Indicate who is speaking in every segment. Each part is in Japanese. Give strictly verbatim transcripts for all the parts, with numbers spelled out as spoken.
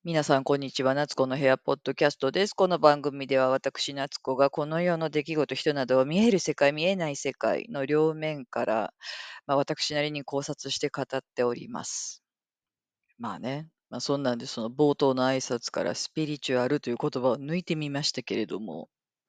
Speaker 1: 皆さん、こんにちは。夏子の部屋ポッドキャストです。この番組では私、夏子がこの世の出来事、人などを見える世界、見えない世界の両面から、まあ、私なりに考察して語っております。まあね、まあ、そんなんで、その冒頭の挨拶からスピリチュアルという言葉を抜いてみましたけれども、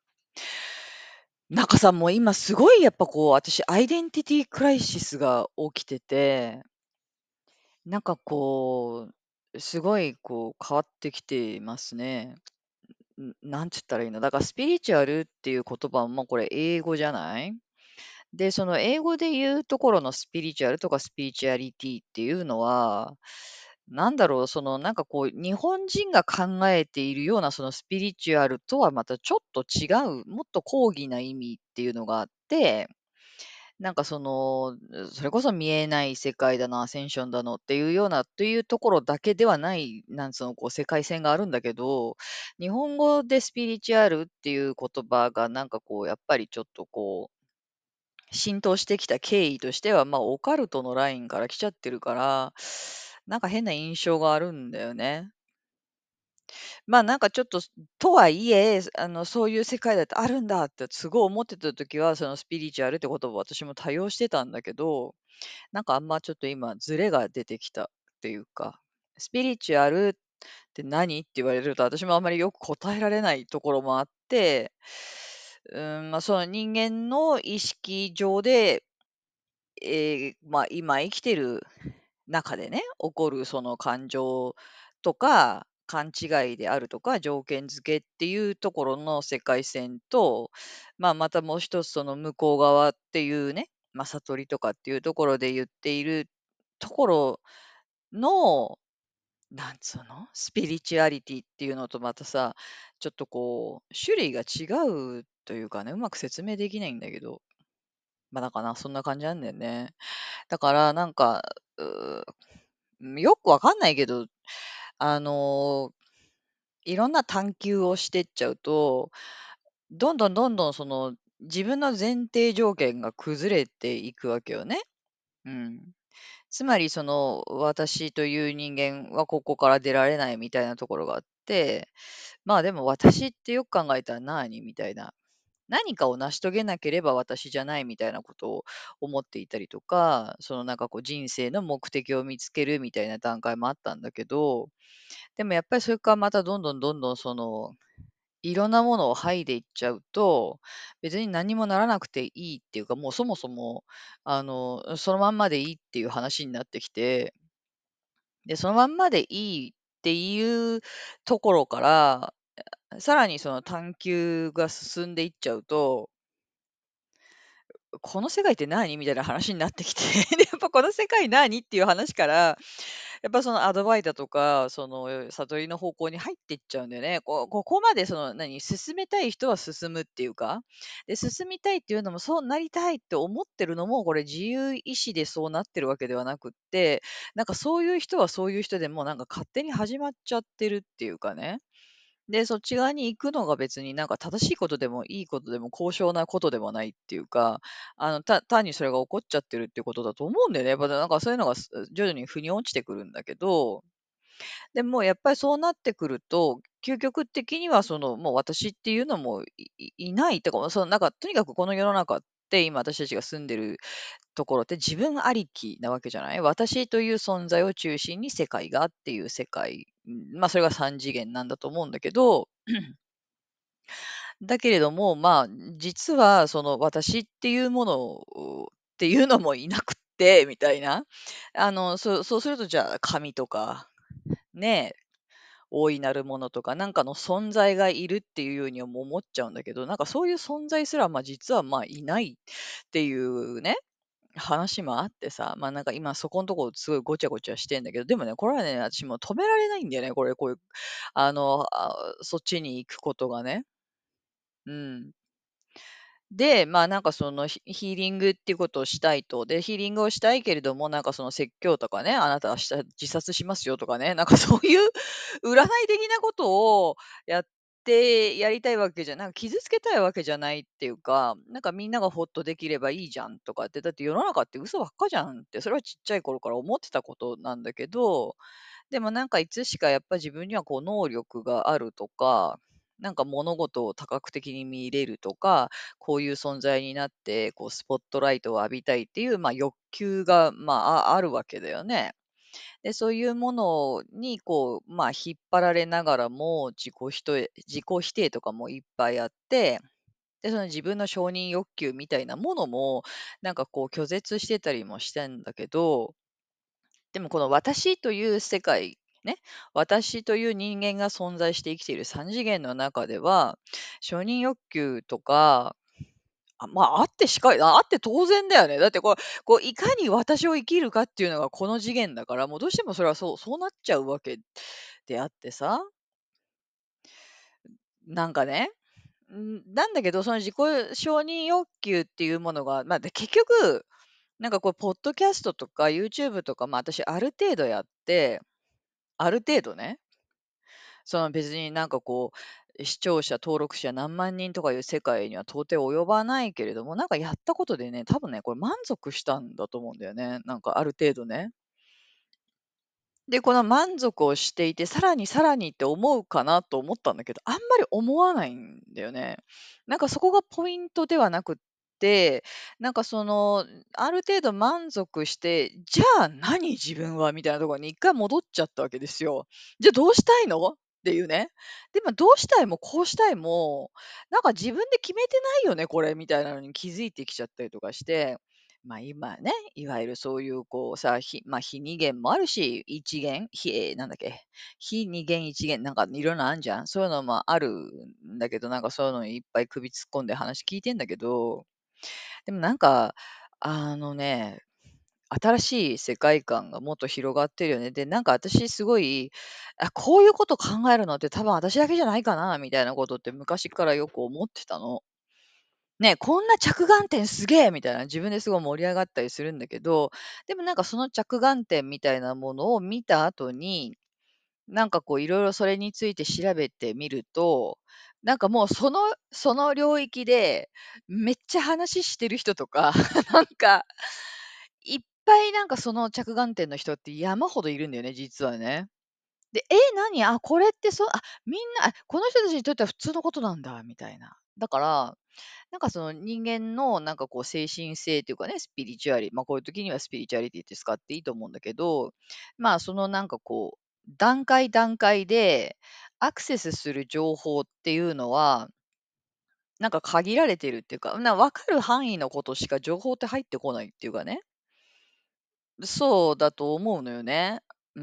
Speaker 1: 中さんも今すごいやっぱこう、私、アイデンティティクライシスが起きてて、なんかこう、すごいこう変わってきてますね。ん、なんつったらいいの、だからスピリチュアルっていう言葉もこれ英語じゃない？で、その英語で言うところのスピリチュアルとかスピリチュアリティっていうのは、なんだろう、そのなんかこう、日本人が考えているようなそのスピリチュアルとはまたちょっと違う、もっと高義な意味っていうのがあって、なんかその、それこそ見えない世界だの、アセンションだのっていうような、というところだけではない、なんつうの、こう世界線があるんだけど、日本語でスピリチュアルっていう言葉がなんかこう、やっぱりちょっとこう、浸透してきた経緯としては、まあ、オカルトのラインから来ちゃってるから、なんか変な印象があるんだよね。まあなんかちょっと、とはいえ、あの、そういう世界だってあるんだってすごい思ってた時は、そのスピリチュアルって言葉を私も多用してたんだけど、なんかあんまちょっと今ズレが出てきたっていうか、スピリチュアルって何って言われると私もあまりよく答えられないところもあって、うーん、まあその人間の意識上で、えーまあ今生きてる中でね、起こるその感情とか、勘違いであるとか、条件付けっていうところの世界線と、まあ、またもう一つその向こう側っていうね、まあ、悟りとかっていうところで言っているところの、なんつうのスピリチュアリティっていうのとまたさ、ちょっとこう、種類が違うというかね、うまく説明できないんだけど、まあ、だからな、そんな感じなんだよね。だからなんか、うーよくわかんないけど、あの、いろんな探求をしてっちゃうと、どんどんどんどんその、自分の前提条件が崩れていくわけよね。うん。つまりその、私という人間はここから出られないみたいなところがあって、まあでも私ってよく考えたら何みたいな。何かを成し遂げなければ私じゃないみたいなことを思っていたりとか、そのなんかこう人生の目的を見つけるみたいな段階もあったんだけど、でもやっぱりそれからまたどんどんどんどんその、いろんなものを剥いでいっちゃうと、別に何もならなくていいっていうか、もうそもそも、あの、そのまんまでいいっていう話になってきて、で、そのまんまでいいっていうところから、さらにその探求が進んでいっちゃうと、この世界って何みたいな話になってきて、で、やっぱこの世界何っていう話から、やっぱそのアドバイタとか、その悟りの方向に入っていっちゃうんだよね。こうここまでその何、進めたい人は進むっていうか、で、進みたいっていうのもそうなりたいって思ってるのも、これ自由意志でそうなってるわけではなくって、なんかそういう人はそういう人でもなんか勝手に始まっちゃってるっていうかね。で、そっち側に行くのが別になんか正しいことでもいいことでも高尚なことでもないっていうか、あの、た単にそれが起こっちゃってるってことだと思うんだよね。やっぱなんかそういうのがす徐々に腑に落ちてくるんだけど、でもやっぱりそうなってくると、究極的にはその、もう私っていうのもいいいないとか、そのなんかとにかくこの世の中って今私たちが住んでるところって自分ありきなわけじゃない。私という存在を中心に世界がっていう世界、んまあそれが三次元なんだと思うんだけど、だけれども、まあ、実はその私っていうものをっていうのもいなくって、みたいな。あの、そうそうするとじゃあ神とか、ね、大いなるものとか、なんかの存在がいるっていうようにも思っちゃうんだけど、なんかそういう存在すら、ま、実は、ま、いないっていうね、話もあってさ、ま、なんか今そこんとこすごいごちゃごちゃしてんだけど、でもね、これはね、私もう止められないんだよね、これ、こういう、あの、あ、そっちに行くことがね。うん。で、まあ、なんかそのヒヒーリングっていうことをしたいと。で、ヒーリングをしたいけれども、なんかその説教とかね、あなた明日自殺しますよとかね、なんかそういう占い的なことをやってやりたいわけじゃなんか傷つけたいわけじゃないっていうか、なんかみんながほっとできればいいじゃんとかって、だって世の中って嘘ばっかじゃんって、それはちっちゃい頃から思ってたことなんだけど、 でもなんかいつしかやっぱ自分にはこう能力があるとか、なんか物事を多角的に見れるとか、こういう存在になって、こうスポットライトを浴びたいっていう、まあ、欲求が、まあ、ああるわけだよね。で、そういうものにこう、まあ、引っ張られながらも、自己否定自己否定とかもいっぱいあって、で、その自分の承認欲求みたいなものも、なんかこう拒絶してたりもしてんだけど、でもこの私という世界、ね、私という人間が存在して生きているさん次元の中では、承認欲求とか、あ、まあ、あってしかああって当然だよね。だってこうこういかに私を生きるかっていうのがこの次元だから、もうどうしてもそれはそうそうなっちゃうわけであってさ、なんかね、ん、なんだけど、その自己承認欲求っていうものが、まあ、で、結局、なんかこうポッドキャストとか YouTube とか、ま、私ある程度やって、ある程度ね、その別になんかこう、視聴者、登録者何万人とかいう世界には到底及ばないけれども、なんかやったことでね、多分ね、これ満足したんだと思うんだよね。なんかある程度ね。で、この満足をしていて、さらにさらにって思うかなと思ったんだけど、あんまり思わないんだよね。なんかそこがポイントではなくって、なんかその、ある程度満足して、じゃあ何自分はみたいなところに一回戻っちゃったわけですよ。じゃあどうしたいのっていうね。でもどうしたいもこうしたいも、なんか自分で決めてないよね、これみたいなのに気づいてきちゃったりとかして、まあ、今ね、いわゆるそういうこうさ、ひまあ、非二元もあるし、一元、非えーなんだっけ、非二元一元、なんかいろんなあんじゃん。そういうのもあるんだけど、なんかそういうのにいっぱい首突っ込んで話聞いてんだけど、でもなんか、あのね、新しい世界観がもっと広がってるよね。で、なんか私すごい、あ、こういうこと考えるのって多分私だけじゃないかな、みたいなことって昔からよく思ってたの。ね、こんな着眼点すげえみたいな、自分ですごい盛り上がったりするんだけど、でもなんかその着眼点みたいなものを見た後に、なんかこういろいろそれについて調べてみると、なんかもうそのその領域でめっちゃ話してる人とか、なんかいっぱいなんかその着眼点の人って山ほどいるんだよね、実はね。で、え、何あ、これってそう、あ、みんな、あ、この人たちにとっては普通のことなんだみたいな。だからなんかその人間のなんかこう精神性というかね、スピリチュアリ、まあこういう時にはスピリチュアリティって使っていいと思うんだけど、まあそのなんかこう、段階段階でアクセスする情報っていうのは、なんか限られてるっていうか、な分かる範囲のことしか情報って入ってこないっていうかね。そうだと思うのよね。うん。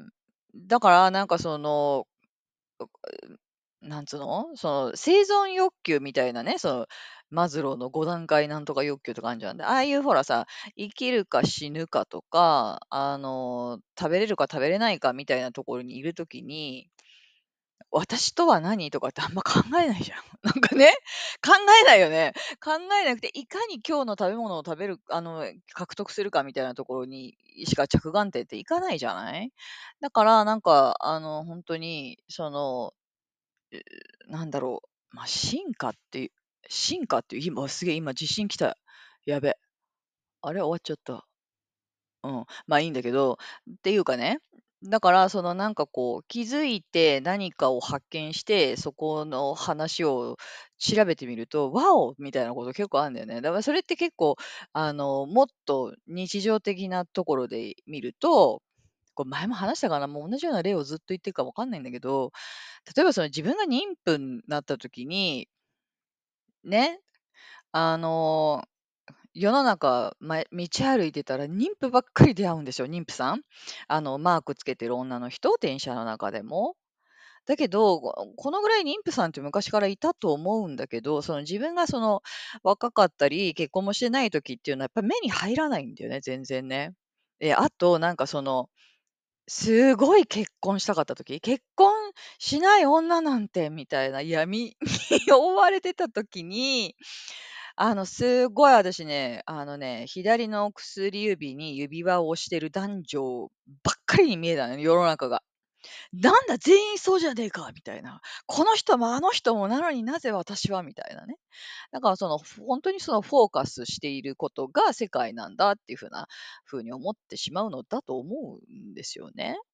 Speaker 1: だからなんかその、なんつうの、その生存欲求みたいなね、そのマズローのご段階なんとか欲求とかあるじゃん。で、ああいうほらさ、生きるか死ぬかとか、あの、食べれるか食べれないかみたいなところにいるときに、私とは何とかってあんま考えないじゃん。なんかね、考えないよね。考えなくて、いかに今日の食べ物を食べる、あの、獲得するかみたいなところにしか着眼点っていかないじゃない。だから、なんか、あの、本当に、その、なんだろう、まあ、進化っていう進化っていう、今すげえ今地震来た。やべ。あれ、終わっちゃった。うん。まあ、いいんだけど、っていうかね、だからそのなんかこう、気づいて何かを発見して、そこの話を調べてみると、ワオ！みたいなこと結構あるんだよね。だからそれって結構、あの、もっと日常的なところで見ると、これ前も話したかな、もう同じような例をずっと言ってるかわかんないんだけど、例えばその自分が妊婦になった時に、ね、あの、世の中、ま、道歩いてたら妊婦ばっかり出会うんですよ、妊婦さん。あの、マークつけてる女の人、電車の中でも。だけど、ここのぐらい妊婦さんって昔からいたと思うんだけど、その自分がその若かったり、結婚もしてない時っていうのはやっぱ目に入らないんだよね、全然ね。で、あとなんかそのすごい結婚したかった時、結婚しない女なんてみたいな闇に覆われてた時に、あの、すごい私ね、あのね、左の薬指に指輪をしてる男女ばっかりに見えたのね、世の中が。なんだ、全員そうじゃねえかみたいな。この人もあの人もなのになぜ私はみたいなね。だからその、本当にそのフォーカスしていることが世界なんだっていう風な風に思ってしまうのだと思うんですよね。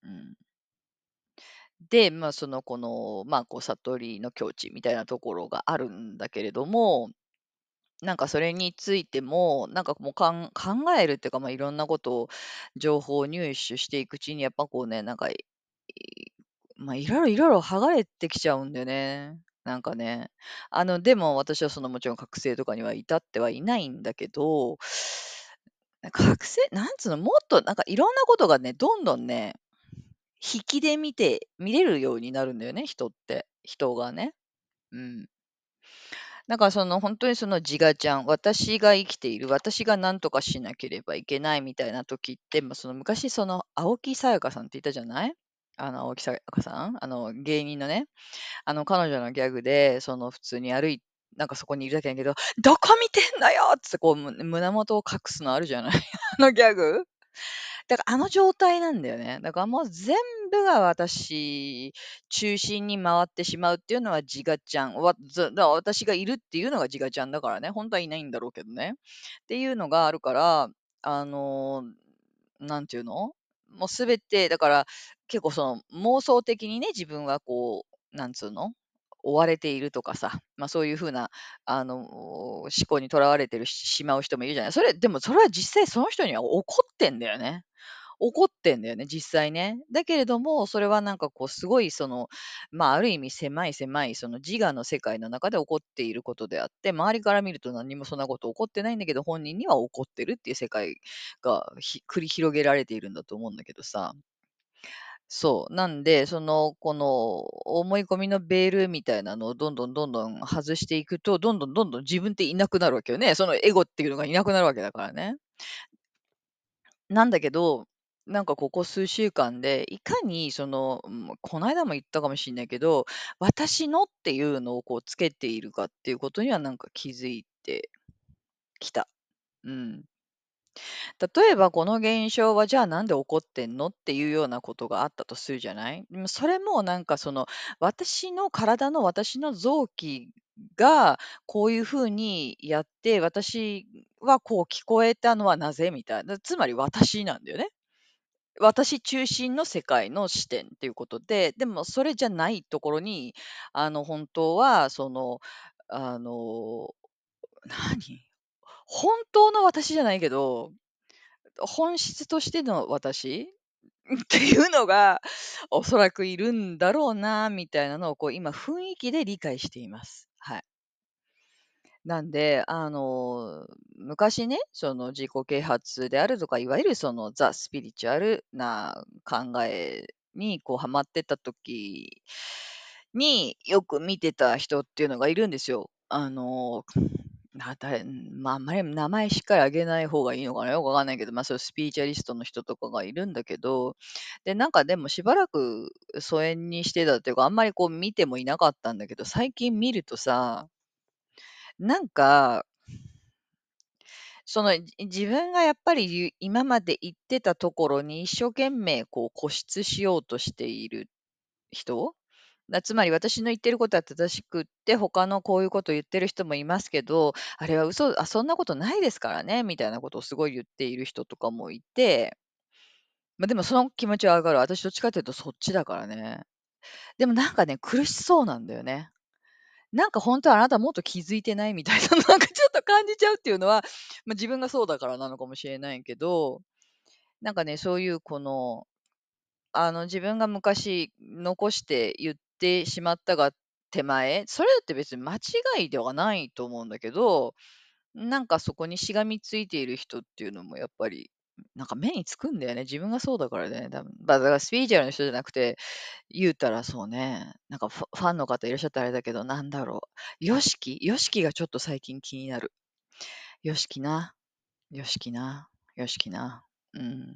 Speaker 1: うん。で、まあ、その、この、まあ、こう、悟りの境地みたいなところがあるんだけれども、なんかそれについても、なんかもうかん考えるっていうか、まあ、いろんなことを情報を入手していくうちに、やっぱこうね、なんか、いまあ、いろいろいろいろ剥がれてきちゃうんだよね。なんかね。あの、でも私はそのもちろん覚醒とかには至ってはいないんだけど、覚醒なんつうの、もっとなんかいろんなことがね、どんどんね、引きで見て見れるようになるんだよね、人って。人がね。うん。だからその本当にその自我ちゃん、私が生きている、私が何とかしなければいけないみたいな時って、まあ、その昔その青木さやかさんっていたじゃない？あの青木さやかさん、あの芸人のね、あの彼女のギャグで、その普通に歩いなんかそこにいるだけやけど、どこ見てんのよっつってこうむ胸元を隠すのあるじゃない？あのギャグ。だからあの状態なんだよね。だからもう全部が私中心に回ってしまうっていうのは自我ちゃん。わずだから私がいるっていうのが自我ちゃんだからね。本当はいないんだろうけどね。っていうのがあるから、あの、なんていうのもうすべて、だから結構その妄想的にね、自分はこう、なんつうの追われているとかさ、まあそういうふうな、あの、思考にとらわれてるししまう人もいるじゃない。それ、でもそれは実際その人には起こってんだよね。怒ってんだよね、実際ね。だけれども、それはなんかこうすごいその、まあ、ある意味狭い狭いその自我の世界の中で起こっていることであって、周りから見ると何もそんなこと起こってないんだけど、本人には起こってるっていう世界がひ繰り広げられているんだと思うんだけどさ。そう。なんで、その、この思い込みのベールみたいなのをどんどんどんどん外していくと、どんどんどんどん自分っていなくなるわけよね。そのエゴっていうのがいなくなるわけだからね。なんだけど、なんかここ数週間で、いかにその、うん、この間も言ったかもしんないけど、私のっていうのをこうつけているかっていうことにはなんか気づいてきた。うん。例えばこの現象はじゃあなんで起こってんのっていうようなことがあったとするじゃない？でもそれもなんかその私の体の私の臓器がこういうふうにやって、私はこう聞こえたのはなぜみたいな。つまり私なんだよね。私中心の世界の視点っていうことで、でもそれじゃないところに、あの、本当はその、あの、何？本当の私じゃないけど、本質としての私っていうのが、おそらくいるんだろうなみたいなのを、こう今雰囲気で理解しています。はい。なんで、あの、昔ね、その自己啓発であるとか、いわゆるそのザ・スピリチュアルな考えにこうハマってた時によく見てた人っていうのがいるんですよ。あの、な誰まあ、あんまり名前しっかり挙げない方がいいのかな、よくわかんないけど、まあ、そういうスピリチュアリストの人とかがいるんだけど、で、なんかでもしばらく疎遠にしてたっていうか、あんまりこう見てもいなかったんだけど、最近見るとさ、なんかその、じ自分がやっぱりゆ今まで行ってたところに一生懸命こう固執しようとしている人だつまり私の言ってることは正しくって、他のこういうことを言ってる人もいますけど、あれは嘘、あ、そんなことないですからね、みたいなことをすごい言っている人とかもいて、まあ、でもその気持ちはわかる。私どっちかっていうとそっちだからね。でもなんかね、苦しそうなんだよね。なんか本当はあなたもっと気づいてないみたいな、なんかちょっと感じちゃうっていうのは、まあ、自分がそうだからなのかもしれないけど、なんかね、そういうこの、あの、自分が昔残して言ってしまったが手前、それだって別に間違いではないと思うんだけど、なんかそこにしがみついている人っていうのもやっぱり、なんか目につくんだよね。自分がそうだからね、多分。まあ、だからスピリチュアルな人じゃなくて、言うたらそうね、なんかファファンの方いらっしゃったらあれだけど、なんだろう。ヨシキヨシキがちょっと最近気になる。ヨシキな。ヨシキな。ヨシキな。うん。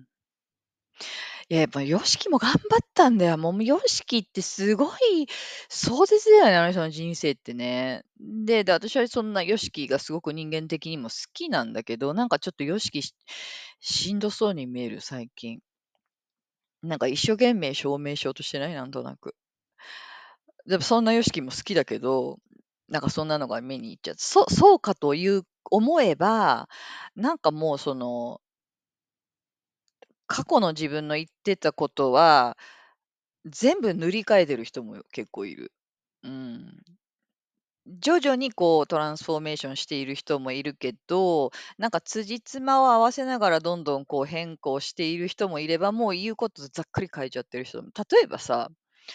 Speaker 1: いや、やっぱヨシキも頑張ったんだよ。もうヨシキってすごい壮絶だよね、あの人の人生ってね。で、で、私はそんなヨシキがすごく人間的にも好きなんだけど、なんかちょっとヨシキししんどそうに見える、最近。なんか一生懸命証明しようとしてない？なんとなく。でもそんなヨシキも好きだけど、なんかそんなのが目にいっちゃって、そそうかという思えば、なんかもうその、 過去の自分の言ってたことは、全部塗り替えてる人も結構いる。うん。徐々にこうトランスフォーメーションしている人もいるけど、なんか辻褄を合わせながらどんどんこう変更している人もいれば、もう言うことざっくり変えちゃってる人も。例えばさ、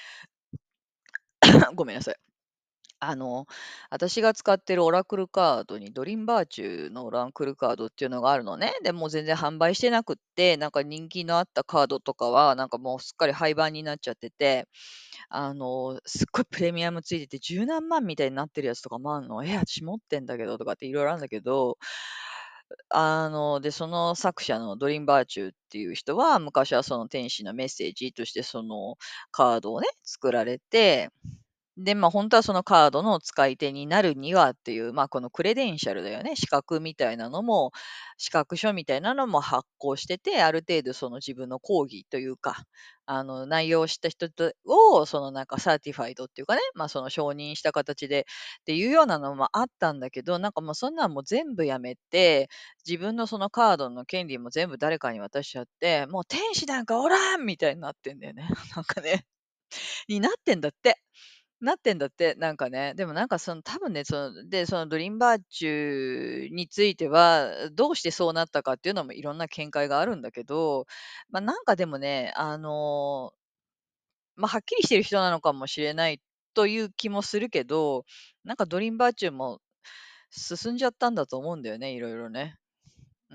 Speaker 1: ごめんなさい。あの、私が使ってるオラクルカードにドリームバーチューのオラクルカードっていうのがあるのね。でもう全然販売してなくって、なんか人気のあったカードとかは、なんかもうすっかり廃盤になっちゃってて、あの、すっごいプレミアムついてて十何万みたいになってるやつとかもあんの。え、私持ってんだけどとかっていろいろあるんだけど、あの、で、その作者のドリームバーチューっていう人は、昔はその天使のメッセージとしてそのカードをね、作られて、で、まあ、本当はそのカードの使い手になるにはっていう、まあ、このクレデンシャルだよね。資格みたいなのも、資格書みたいなのも発行してて、ある程度その自分の講義というか、あの、内容を知った人とを、そのなんかサーティファイドっていうかね、まあ、その承認した形でっていうようなのもあったんだけど、なんかもうそんなんもう全部やめて、自分のそのカードの権利も全部誰かに渡しちゃって、もう天使なんかおらんみたいになってんだよね。なんかね、になってんだって。なってんだって、なんかね。でもなんかその多分ね、その、で、そのドリームバーチューについては、どうしてそうなったかっていうのもいろんな見解があるんだけど、まあなんかでもね、あの、まあはっきりしてる人なのかもしれないという気もするけど、なんかドリームバーチューも進んじゃったんだと思うんだよね、いろいろね。うん。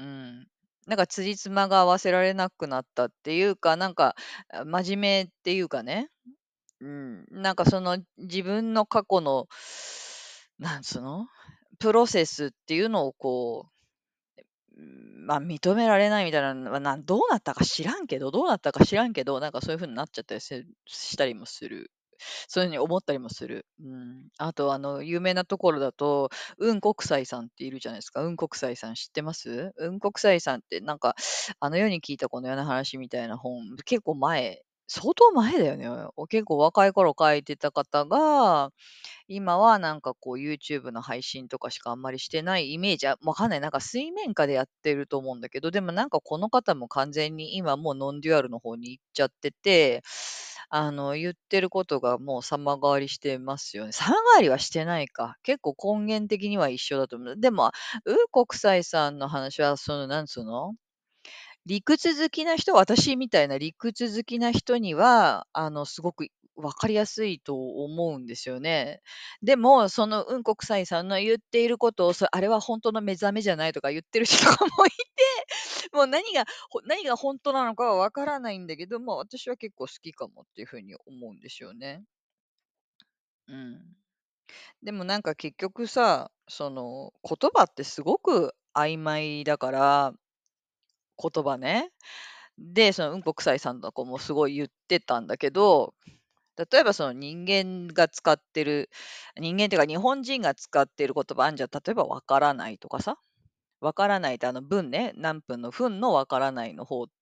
Speaker 1: なんか辻褄が合わせられなくなったっていうか、なんかあ真面目っていうかね、うん、なんかその自分の過去の、なんつうのプロセスっていうのをこう、うんまあ認められないみたいなのは、なんどうなったか知らんけど、どうなったか知らんけど、なんかそういう風になっちゃったりせしたりもする。そういう風に思ったりもする。うん。あと、あの、有名なところだと、雲国際さんっているじゃないですか。雲国際さん知ってます？雲国際さんってなんか、あの世に聞いたこの世の話みたいな本、結構前、相当前だよね。結構若い頃書いてた方が、今はなんかこう YouTube の配信とかしかあんまりしてないイメージはわかんない。なんか水面下でやってると思うんだけど、でもなんかこの方も完全に今もうノンデュアルの方に行っちゃってて、あの、言ってることがもう様変わりしてますよね。様変わりはしてないか。結構根源的には一緒だと思う。でも、ウー国際さんの話は、その、なんつうの理屈好きな人、私みたいな理屈好きな人には、あの、すごく分かりやすいと思うんですよね。でも、その雲国際さんの言っていることを、そあれは本当の目覚めじゃないとか言ってる人とかもいて、もう何がほ何が本当なのかは分からないんだけども、私は結構好きかもっていう風に思うんですよね。うん。でもなんか結局さ、その、言葉ってすごく曖昧だから、言葉ね。で、そのうんこくさいさんとかもすごい言ってたんだけど、例えばその人間が使ってる、人間っていうか日本人が使ってる言葉あんじゃん。例えばわからないとかさ、わからないってあの文ね、何分の分のわからないの方って、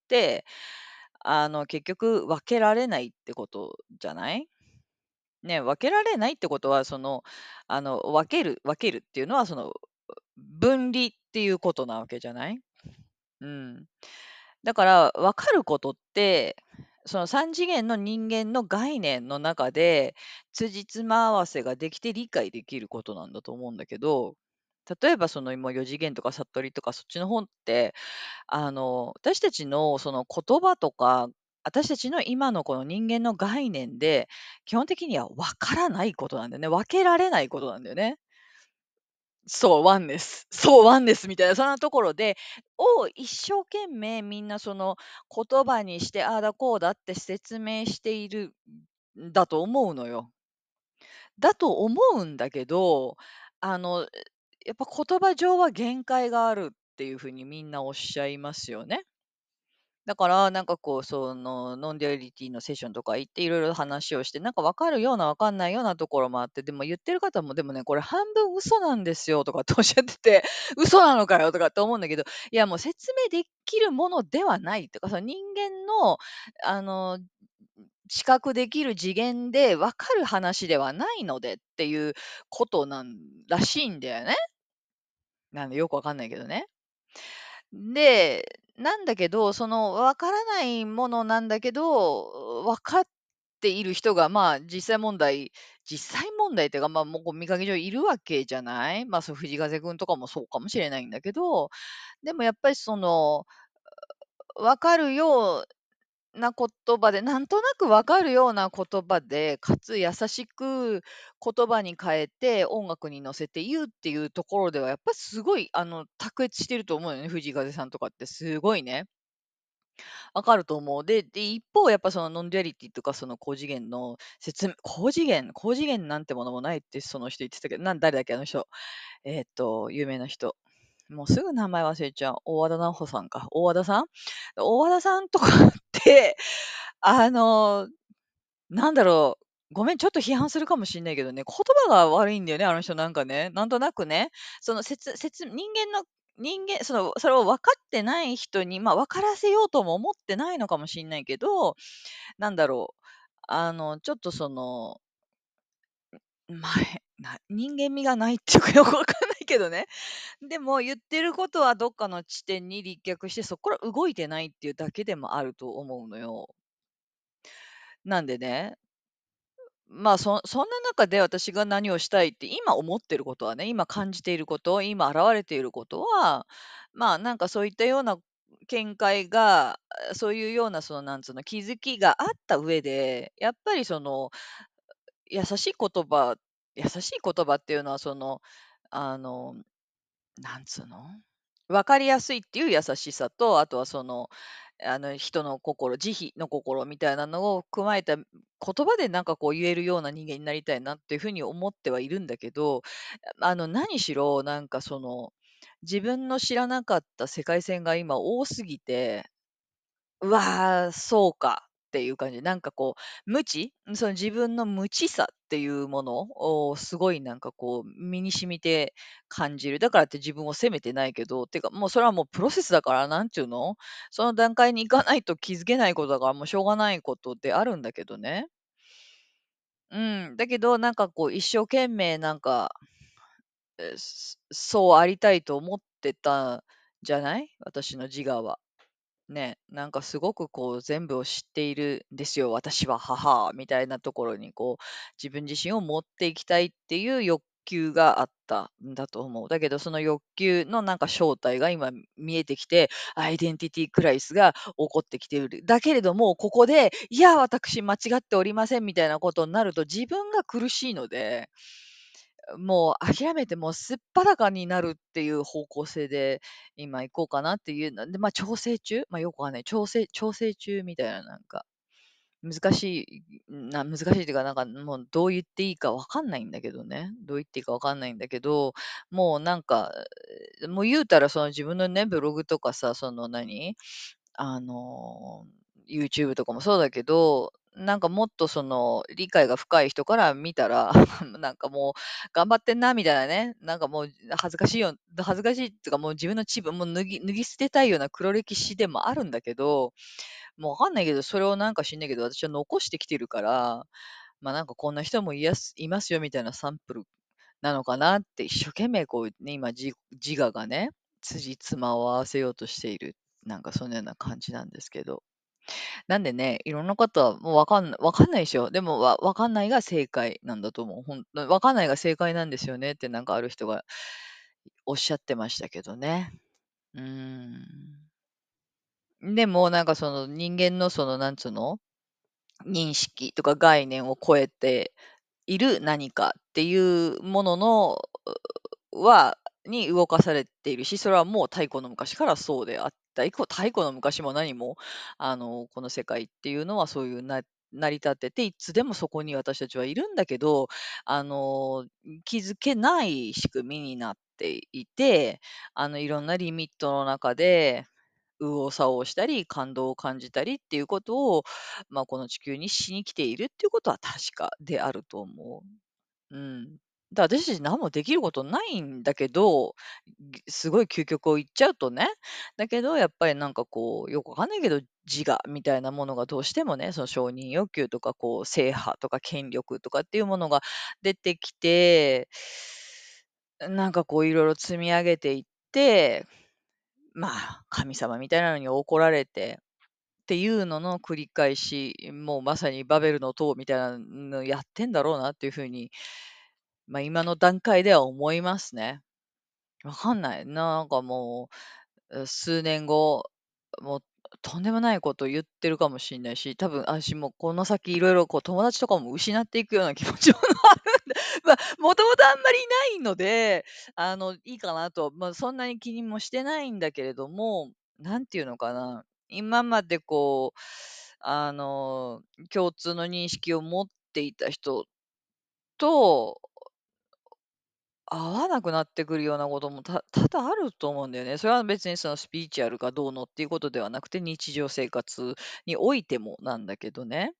Speaker 1: あの結局分けられないってことじゃないね、分けられないってことは、その、あの、分ける、分けるっていうのは、その、分離っていうことなわけじゃないうん。だから、分かることって、そのさん次元の人間の概念の中で、辻褄合わせができて理解できることなんだと思うんだけど、例えばその今よ次元とか悟りとかそっちの本って、あの、私たちのその言葉とか、私たちの今のこの人間の概念で、基本的には分からないことなんだよね。分けられないことなんだよね。そう、ワンネス。そう、ワンネスみたいな、そんなところで、を一生懸命みんなその言葉にして、ああだこうだって説明しているんだと思うのよ。だと思うんだけど、あの、やっぱ言葉上は限界があるっていう風にみんなおっしゃいますよね。だから、なんかこう、その、ノンデュアリティのセッションとか行っていろいろ話をして、なんか分かるような分かんないようなところもあって、でも言ってる方も、でもね、これ半分嘘なんですよとかっておっしゃってて、嘘なのかよとかって思うんだけど、いやもう説明できるものではないとか、その人間の、あの、知覚できる次元で分かる話ではないのでっていうことなんらしいんだよね。なんでよくわかんないけどね。で、 なんだけど、そのわからないものなんだけど、分かっている人が、まあ、実際問題実際問題っていうか、まあ、もうこう見かけ上いるわけじゃない？まあ、そう藤風くんとかもそうかもしれないんだけど、でもやっぱりその、分かるような言葉で、なんとなく分かるような言葉で、かつ優しく言葉に変えて、音楽に乗せて言うっていうところでは、やっぱすごいあの、卓越してると思うよね、藤風さんとかってすごいね。分かると思う。でで、一方やっぱそのノンデュアリティとかその高次元の説明高次元高次元なんてものもないってその人言ってたけど、なん誰だっけあの人。えーっと、有名な人。もうすぐ名前忘れちゃう。大和田奈穂さんか。大和田さん大和田さんとかって、あの、なんだろう、ごめん、ちょっと批判するかもしんないけどね、言葉が悪いんだよね、あの人なんかね。なんとなくね、そのせつせつ人間の人間その、それを分かってない人に、ま、分からせようとも思ってないのかもしんないけど、なんだろう、あの、ちょっとその、ま、へな人間味がないっていうかよくわかんないけどね。でも言ってることはどっかの地点に立脚して、そっから動いてないっていうだけでもあると思うのよ。なんでね、まあ、そそんな中で私が何をしたいって今思ってることはね、今感じていること、今現れていることは、まあ、なんかそういったような見解が、あ、そういうようなそのなんつうの、気づきがあった上で、やっぱりその、優しい言葉優しい言葉っていうのはその、あの、なんつうの、分かりやすいっていう優しさと、あとはその、あの、人の心、慈悲の心みたいなのを踏まえた言葉でなんかこう言えるような人間になりたいなっていう風に思ってはいるんだけど、あの、何しろなんかその、自分の知らなかった世界線が今多すぎて、うわ、そうかっていう感じ。なんかこう、無知その自分の無知さっていうものをすごいなんかこう身に染みて感じる。だからって自分を責めてないけど、てかもうそれはもうプロセスだから、なんていうの、その段階に行かないと気づけないことだから、もうしょうがないことであるんだけどね。うん、だけどなんかこう一生懸命なんか、え、すそうありたいと思ってたじゃない？私の自我は。ね、なんかすごくこう全部を知っているんですよ、私は、母みたいなところにこう、自分自身を持っていきたいっていう欲求があったんだと思う。だけどその欲求のなんか正体が今見えてきて、アイデンティティクライスが起こってきている。だけれども、ここで、いや、私間違っておりませんみたいなことになると自分が苦しいので、もう諦めてもうすっぱだかになるっていう方向性で今行こうかなっていうので、ま、調整中、ま、よくわかんない、調整調整中みたいななんか、難しい、な難しいっていうか、なんかもうどう言っていいかわかんないんだけどね。どう言っていいかわかんないんだけど、もうなんか、もう言うたらその自分のね、ブログとかさ、その何、あの、YouTube とかもそうだけど、なんかもっとその理解が深い人から見たら、なんかもう頑張ってんなみたいなね、なんかもう恥ずかしいよ恥ずかしいっていうかもう自分の自分も脱ぎ脱ぎ捨てたいような黒歴史でもあるんだけど、もうわかんないけど、それをなんか知んないけど、私は残してきてるから、ま、なんかこんな人もいやすいますよみたいなサンプルなのかなって一生懸命こうね、今じ自我がね、辻褄を合わせようとしている、なんかそのような感じなんですけど。なんでね、いろんなことはもうわかんなわかんないですよ。でも、わわかんないが正解なんだと思う。ほんわかんないが正解なんですよねってなんかある人がおっしゃってましたけどね。うーん。でも、なんかその人間のそのなんつうの、認識とか概念を超えている何かっていうもののはに動かされているし、それはもう太古の昔からそうであった。いこ太古の昔も何も、あの、この世界っていうのはそういうな成り立ってて、いつでもそこに私たちはいるんだけど、あの、気づけない仕組みになっていて、あの、いろんなリミットの中で、右往左往したり、感動を感じたりっていうことを、まあ、この地球にしに来ているっていうことは確かであると思う。うん。だ、私たち何もできることないんだけど、ぎすごい究極を言っちゃうとね。だけどやっぱりなんかこう、よくわかんないけど、自我みたいなものがどうしてもね、その承認欲求とかこう、制覇とか権力とかっていうものが出てきて、なんかこういろいろ積み上げていって、 まあ、神様みたいなのに怒られてっていうのの繰り返し、もうまさにバベルの塔みたいなのやってんだろうなっていう風に、ま、今の段階では思いますね。わかんない。なんかもう、う数年後、もうとんでもないこと言ってるかもしんないし、多分あしもこの先いろいろこう友達とかも失っていくような気持ちもあるんで、ま、もともとあんまりいないので、あの、いいかなと、ま、そんなに気にもしてないんだけれども、なんていうのかな、今までこう、あの、共通の認識を持っていた人と合わなくなってくるようなことも、た多々あると思うんだよね。それは別にそのスピリチュアルがどうのっていうことではなくて、日常生活においてもなんだけどね。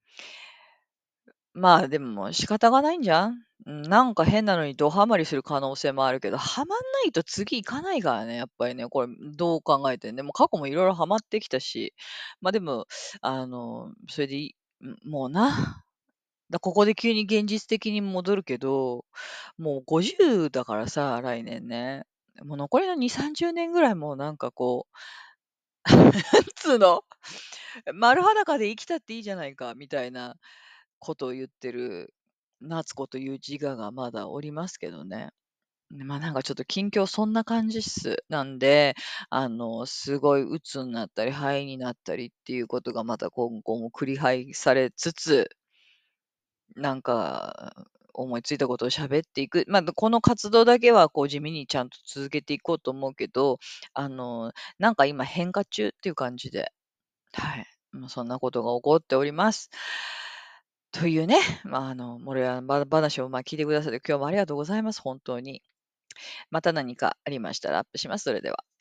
Speaker 1: まあ、でも仕方がないんじゃん？うん、なんか変なのにどハマりする可能性もあるけど、ハマんないと次行かないからね、やっぱりね、これどう考えてね、もう過去もいろいろハマってきたし、ま、でも、あの、それでいいん、もうな、だ、ここで急に現実的に戻るけど、もうごじゅうだからさ、来年ね。もう残りのに、さんじゅうねんぐらいもうなんかこう、なんつうの、丸裸で生きたっていいじゃないかみたいなことを言ってる夏子という自我がまだおりますけどね。ま、なんかちょっと近況そんな感じっす。なんで、あの、すごい鬱になったり、灰になったりっていうことがまた今後も繰りはいされつつなんか、思いついたことを喋っていく。ま、どこの活動だけはこう地味にちゃんと続けていこうと思うけど、あの、なんか今変化中っていう感じで、はい。もうそんなことが起こっております。というね、ま、あの、もれあば話を、ま、聞いてくださって今日もありがとうございます、本当に。また何かありましたらアップします、それでは。